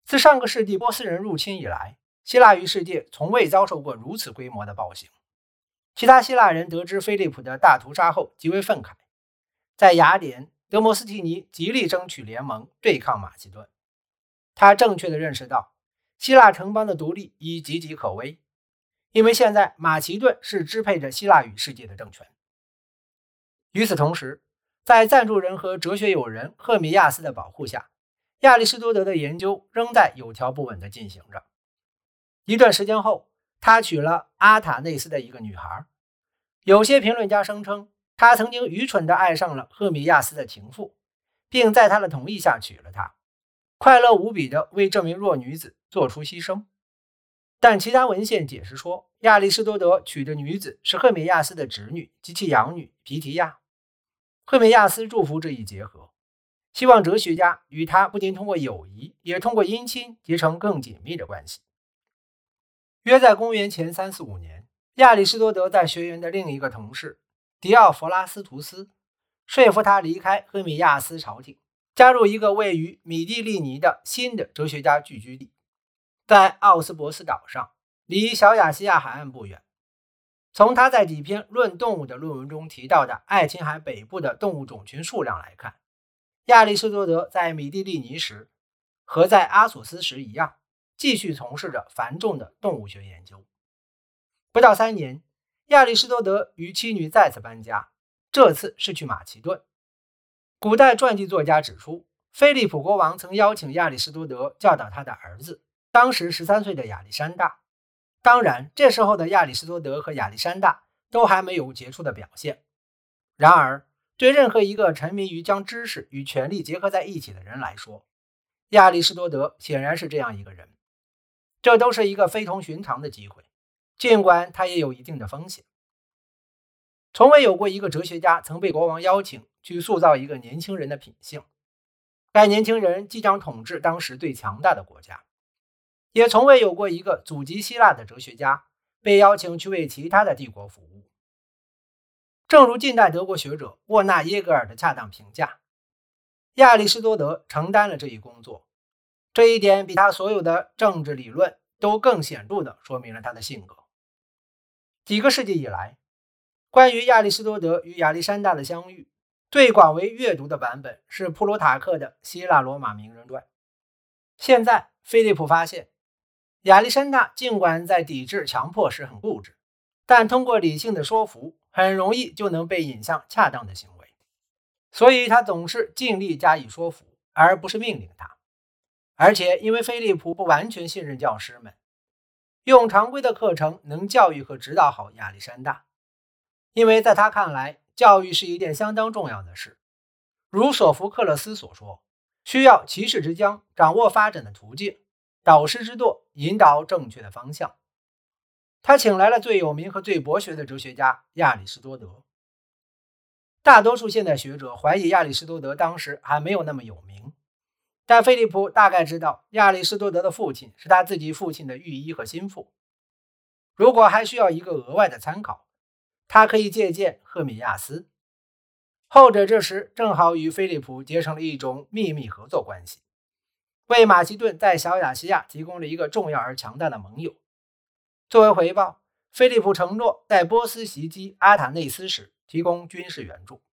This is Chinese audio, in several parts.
自上个世纪波斯人入侵以来，希腊与世界从未遭受过如此规模的暴行。其他希腊人得知菲利普的大屠杀后极为愤慨，在雅典，德摩斯提尼极力争取联盟对抗马其顿。他正确地认识到希腊城邦的独立已岌岌可危，因为现在马其顿是支配着希腊与世界的政权。与此同时，在赞助人和哲学友人赫米亚斯的保护下，亚里士多德的研究仍在有条不紊地进行着。一段时间后，他娶了阿塔内斯的一个女孩。有些评论家声称，他曾经愚蠢地爱上了赫米亚斯的情妇，并在他的同意下娶了她，快乐无比地为这名弱女子做出牺牲。但其他文献解释说，亚里士多德娶的女子是赫米亚斯的侄女及其养女皮提亚。赫米亚斯祝福这一结合，希望哲学家与他不仅通过友谊，也通过姻亲结成更紧密的关系。约在公元前345年，亚里士多德在学园的另一个同事狄奥弗拉斯图斯说服他离开赫米亚斯朝廷，加入一个位于米蒂利尼的新的哲学家聚居地，在奥斯博斯岛上，离小亚细亚海岸不远。从他在几篇论动物的论文中提到的爱琴海北部的动物种群数量来看，亚里士多德在米蒂利尼时和在阿索斯时一样，继续从事着繁重的动物学研究。不到3年，亚里士多德与妻女再次搬家，这次是去马其顿。古代传记作家指出，菲利普国王曾邀请亚里士多德教导他的儿子，当时13岁的亚历山大。当然，这时候的亚里士多德和亚历山大都还没有杰出的表现。然而，对任何一个沉迷于将知识与权力结合在一起的人来说，亚里士多德显然是这样一个人。这都是一个非同寻常的机会，尽管它也有一定的风险。从未有过一个哲学家曾被国王邀请去塑造一个年轻人的品性。该年轻人即将统治当时最强大的国家。也从未有过一个祖籍希腊的哲学家被邀请去为其他的帝国服务。正如近代德国学者沃纳耶格尔的恰当评价，亚里士多德承担了这一工作，这一点比他所有的政治理论都更显著地说明了他的性格。几个世纪以来，关于亚里士多德与亚历山大的相遇，最广为阅读的版本是普鲁塔克的《希腊罗马名人传》。现在菲利普发现，亚历山大尽管在抵制强迫时很固执，但通过理性的说服，很容易就能被引向恰当的行为，所以他总是尽力加以说服，而不是命令他。而且因为菲利普不完全信任教师们，用常规的课程能教育和指导好亚历山大，因为在他看来，教育是一件相当重要的事。如索福克勒斯所说，需要骑士之将掌握发展的途径，导师之舵引导正确的方向。他请来了最有名和最博学的哲学家亚里士多德。大多数现代学者怀疑亚里士多德当时还没有那么有名，但菲利普大概知道亚里士多德的父亲是他自己父亲的御医和心腹。如果还需要一个额外的参考，他可以借鉴赫米亚斯，后者这时正好与菲利普结成了一种秘密合作关系，为马其顿在小亚细亚提供了一个重要而强大的盟友。作为回报，菲利普承诺在波斯袭击阿塔内斯时提供军事援助。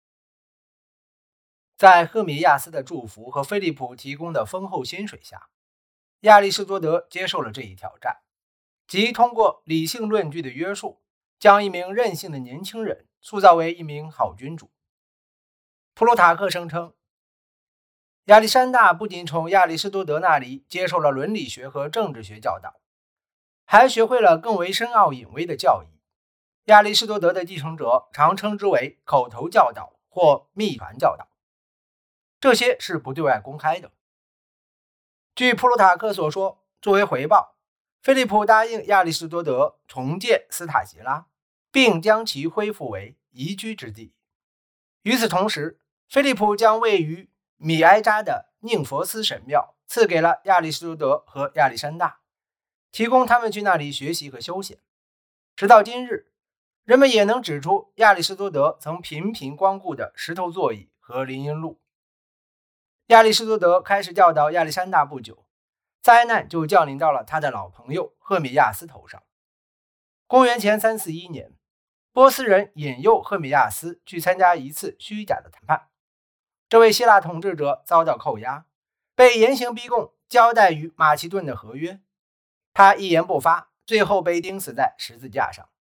在赫米亚斯的祝福和菲利普提供的丰厚薪水下，亚里士多德接受了这一挑战，即通过理性论据的约束，将一名任性的年轻人塑造为一名好君主。普鲁塔克声称，亚历山大不仅从亚里士多德那里接受了伦理学和政治学教导，还学会了更为深奥隐微的教义。亚里士多德的继承者常称之为口头教导或秘传教导，这些是不对外公开的。据普鲁塔克所说，作为回报，菲利普答应亚里士多德重建斯塔吉拉，并将其恢复为宜居之地。与此同时，菲利普将位于米埃扎的宁佛斯神庙赐给了亚里士多德和亚历山大，提供他们去那里学习和休闲。直到今日，人们也能指出亚里士多德曾频频光顾的石头座椅和林荫路。亚里士多德开始教导亚历山大不久， 灾难就降临到了他的老朋友赫米亚斯头上。公元前341年，波斯人引诱赫米亚斯去参加一次虚假的谈判，这位希腊统治者遭到扣押，被严刑逼供，交代于马其顿的合约。他一言不发，最后被钉死在十字架上。